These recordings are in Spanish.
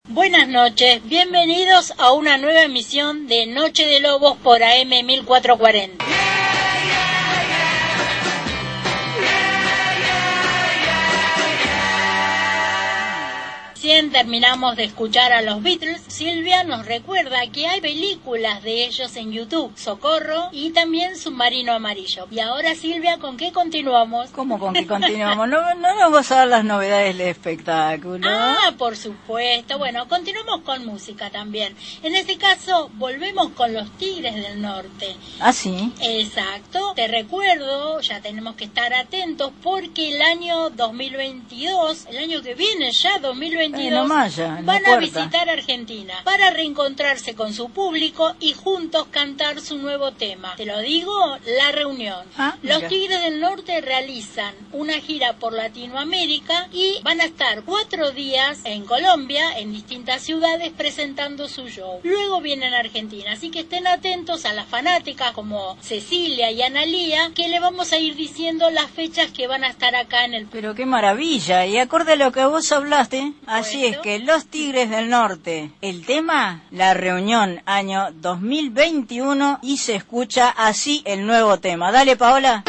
Buenas noches, bienvenidos a una nueva emisión de Noche de Lobos por AM 1440. Recién terminamos de escuchar a los Beatles. Silvia nos recuerda que hay películas de ellos en YouTube, Socorro y también Submarino Amarillo. Y ahora, Silvia, ¿con qué continuamos? ¿Cómo con qué continuamos? ¿No nos vas a dar las novedades del espectáculo? Ah, por supuesto. Bueno, continuamos con música también. En este caso, volvemos con los Tigres del Norte. ¿Ah, sí? Exacto. Te recuerdo, ya tenemos que estar atentos porque el año 2022, el año que viene ya, 2022, van a visitar Argentina para reencontrarse con su público y juntos cantar su nuevo tema. Te lo digo, La Reunión. Los Tigres del Norte realizan una gira por Latinoamérica y van a estar 4 días en Colombia, en distintas ciudades, presentando su show. Luego vienen a Argentina, así que estén atentos a las fanáticas como Cecilia y Analía, que le vamos a ir diciendo las fechas que van a estar acá en el... Pero qué maravilla, y acorde a lo que vos hablaste, así es que los Tigres del Norte, el tema, La Reunión, año 2021, y se escucha así el nuevo tema. Dale, Paola.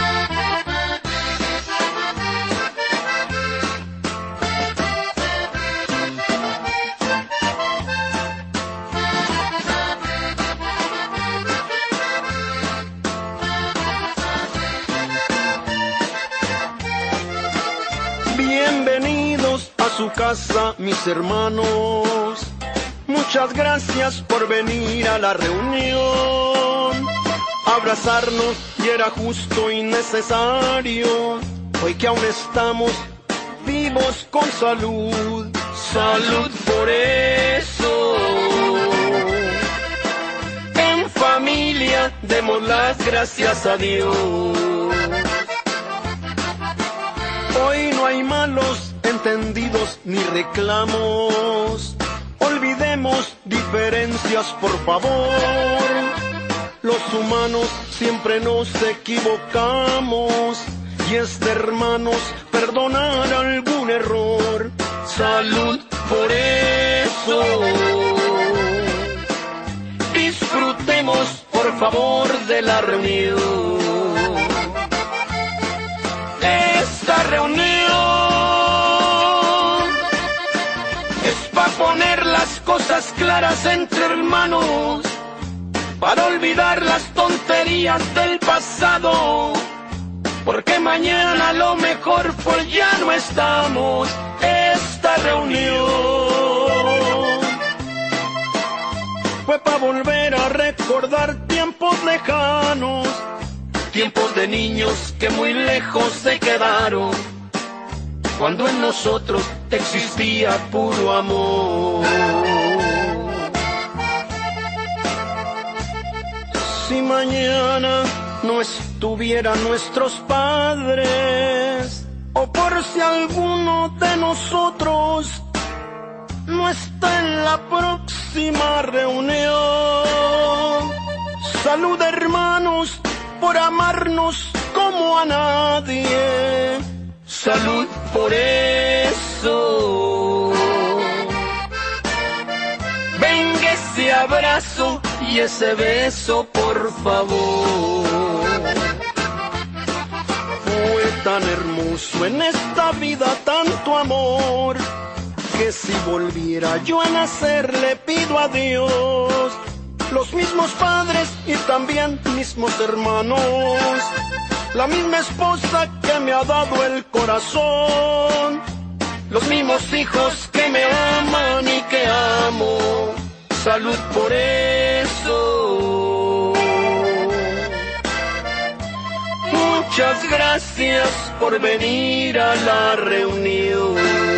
Bienvenidos a su casa, mis hermanos. Muchas gracias por venir a la reunión. Abrazarnos y era justo y necesario. Hoy que aún estamos vivos con salud. Salud por eso. En familia demos las gracias a Dios. Hoy no hay malos entendidos ni reclamos. Olvidemos diferencias, por favor. Los humanos siempre nos equivocamos y es de hermanos perdonar algún error. Salud por eso. Disfrutemos, por favor, de la reunión. Esta reunión es para poner las cosas claras entre hermanos, para olvidar las tonterías del pasado, porque mañana a lo mejor pues ya no estamos. Esta reunión fue para volver a recordar tiempos lejanos, tiempos de niños que muy lejos se quedaron, cuando en nosotros existía puro amor. Si mañana no estuvieran nuestros padres, o por si alguno de nosotros no está en la próxima reunión, salud hermanos, por amarnos como a nadie. Salud por eso. Venga ese abrazo y ese beso, por favor. Fue tan hermoso en esta vida tanto amor, que si volviera yo a nacer le pido a Dios los mismos padres y también mismos hermanos, la misma esposa que me ha dado el corazón, los mismos hijos que me aman y que amo. Salud por eso. Muchas gracias por venir a la reunión.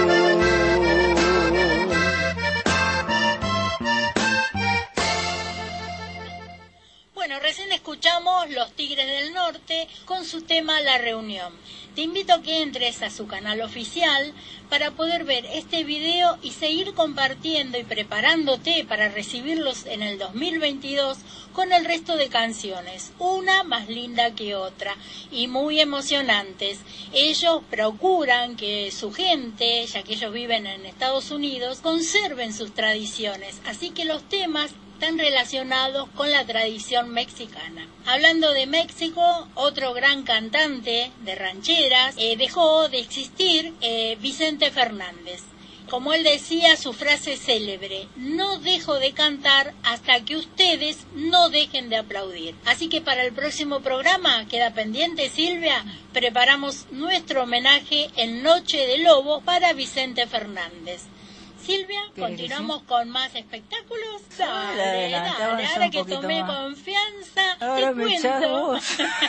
Bueno, recién escuchamos Los Tigres del Norte con su tema La Reunión. Te invito a que entres a su canal oficial para poder ver este video y seguir compartiendo y preparándote para recibirlos en el 2022 con el resto de canciones, una más linda que otra y muy emocionantes. Ellos procuran que su gente, ya que ellos viven en Estados Unidos, conserven sus tradiciones, así que los temas están relacionados con la tradición mexicana. Hablando de México, otro gran cantante de rancheras dejó de existir, Vicente Fernández. Como él decía, su frase célebre: no dejo de cantar hasta que ustedes no dejen de aplaudir. Así que para el próximo programa, queda pendiente, Silvia, preparamos nuestro homenaje en Noche de Lobo para Vicente Fernández. Silvia, continuamos con más espectáculos. Dale, ahora que tomé confianza, ahora te cuento.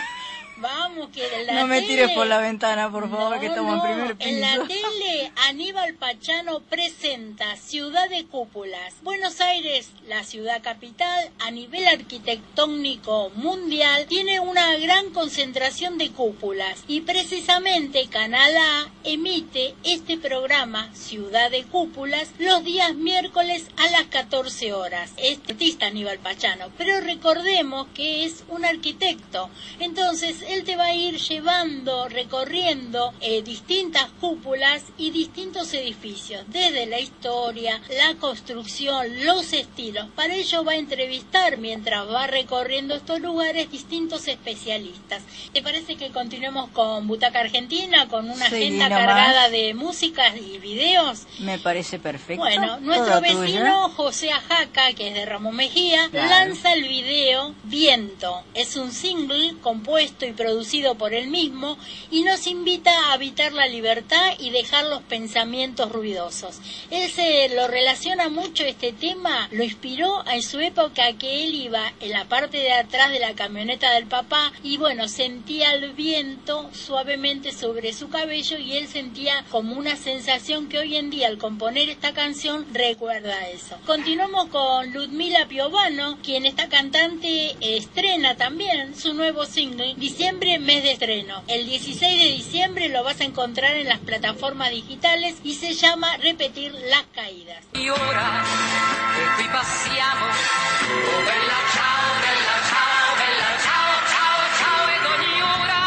Vamos, que en la no me tele, tires por la ventana, por favor, que estamos en primer piso. En la tele, Aníbal Pachano presenta Ciudad de Cúpulas. Buenos Aires, la ciudad capital, a nivel arquitectónico mundial, tiene una gran concentración de cúpulas. Y precisamente Canal A emite este programa, Ciudad de Cúpulas, los días miércoles a las 14 horas. Es artista Aníbal Pachano, pero recordemos que es un arquitecto. Entonces, él te va a ir llevando, recorriendo distintas cúpulas y distintos edificios, desde la historia, la construcción, los estilos. Para ello va a entrevistar, mientras va recorriendo estos lugares, distintos especialistas. ¿Te parece que continuemos con Butaca Argentina, con una agenda cargada de músicas y videos? Me parece perfecto. Bueno, nuestro vecino José Ajaca, que es de Ramón Mejía, lanza el video Viento. Es un single compuesto y producido por él mismo y nos invita a habitar la libertad y dejar los pensamientos ruidosos. Él se lo relaciona mucho, este tema lo inspiró en su época, que él iba en la parte de atrás de la camioneta del papá y bueno, sentía el viento suavemente sobre su cabello y él sentía como una sensación que hoy en día al componer esta canción recuerda eso. Continuamos con Ludmila Piovano, quien esta cantante estrena también su nuevo single, Diciembre, mes de estreno. El 16 de diciembre lo vas a encontrar en las plataformas digitales y se llama Repetir las caídas. Y ora, e qui passiamo, oh bella ciao, bella ciao, bella ciao, ciao, ciao, ed ogni ora,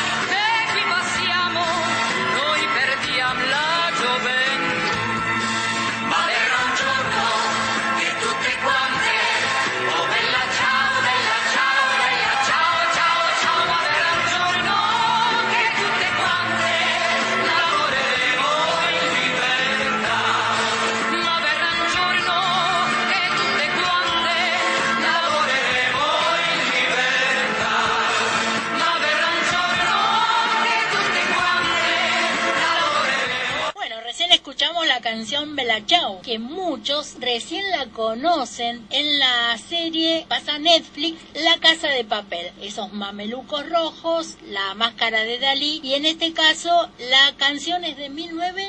e qui passiamo, noi perdiamo la gioventù. Ma verrà un giorno che tutte quante, oh bella ciao, bella ciao, bella ciao, ciao, ciao, ma verrà un giorno che tutte quante lavoreremo in libertà. Ma verrà un giorno che tutte quante lavoreremo in libertà. Ma verrà un giorno che tutte quante lavoreremo. Bueno, recién escuchamos la canción Bella Ciao, que muchos recién la conocen en la serie, pasa Netflix, La Casa de Papel. Esos mamelucos rojos, la máscara de Dalí, y en este caso la canción es de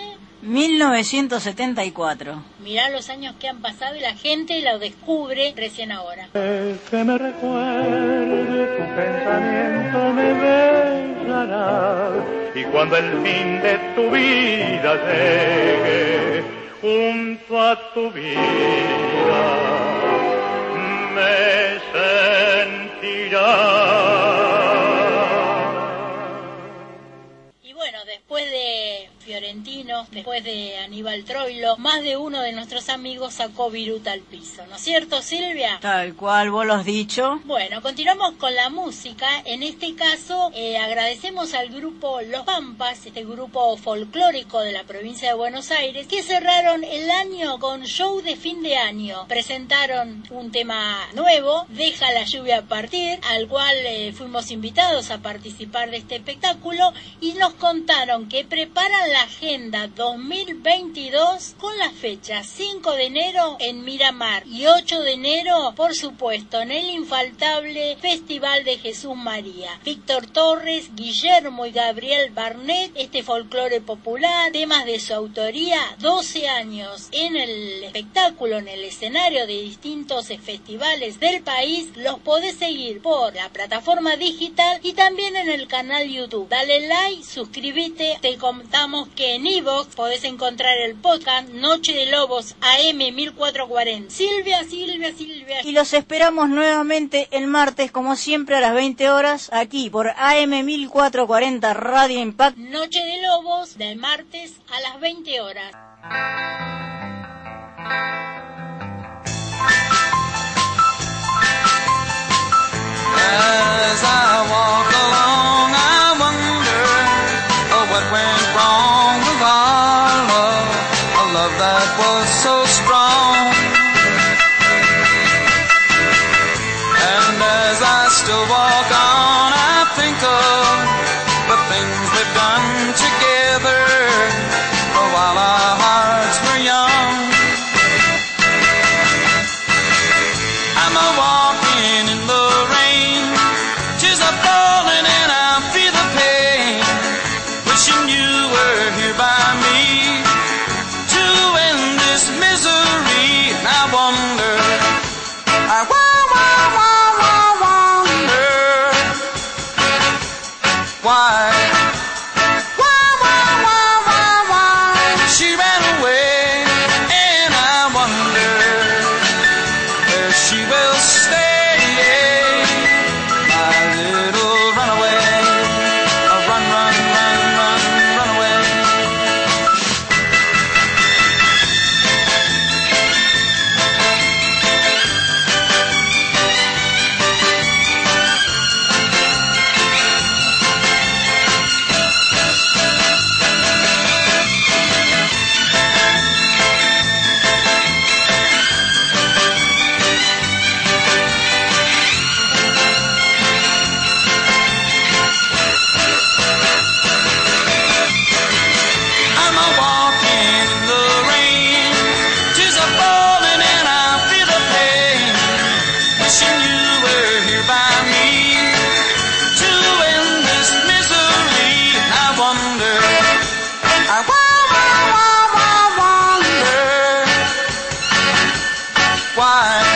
1974. Mirá los años que han pasado y la gente lo descubre recién ahora. Que me recuerde, tu pensamiento me besará, y cuando el fin de tu vida llegue, junto a tu vida me sentirá. Y bueno, después de Fiorentino, después de Aníbal Troilo, más de uno de nuestros amigos sacó Viruta al piso, ¿no es cierto, Silvia? Tal cual vos lo has dicho. Bueno, continuamos con la música. En este caso, agradecemos al grupo Los Pampas, este grupo folclórico de la provincia de Buenos Aires, que cerraron el año con show de fin de año. Presentaron un tema nuevo, Deja la lluvia partir, al cual fuimos invitados a participar de este espectáculo y nos contaron que preparan la agenda 2022 con las fechas 5 de enero en Miramar y 8 de enero, por supuesto, en el infaltable Festival de Jesús María. Víctor Torres, Guillermo y Gabriel Barnett, este folclore popular, temas de su autoría, 12 años en el espectáculo, en el escenario de distintos festivales del país. Los podés seguir por la plataforma digital y también en el canal YouTube. Dale like, suscríbete. Te contamos que en iVoox podés encontrar el podcast Noche de Lobos AM 1440. Silvia. Y los esperamos nuevamente el martes, como siempre, a las 20 horas, aquí por AM 1440 Radio Impact. Noche de Lobos, de martes a las 20 horas. As I walk along, I wonder what went wrong with our love, a love that was so strong. And as I still walk on, I think of the things we've done together while our hearts were young. I'm a walking in the rain, tears are falling and I feel the pain, wishing you were here by me to end this misery. And I wonder, I wonder why she ran away, and I wonder where she will stay, my little runaway, run away. I'm a walking in the rain, tears are falling and I feel the pain, wishing you were here by me to end this misery. I wonder, I wonder why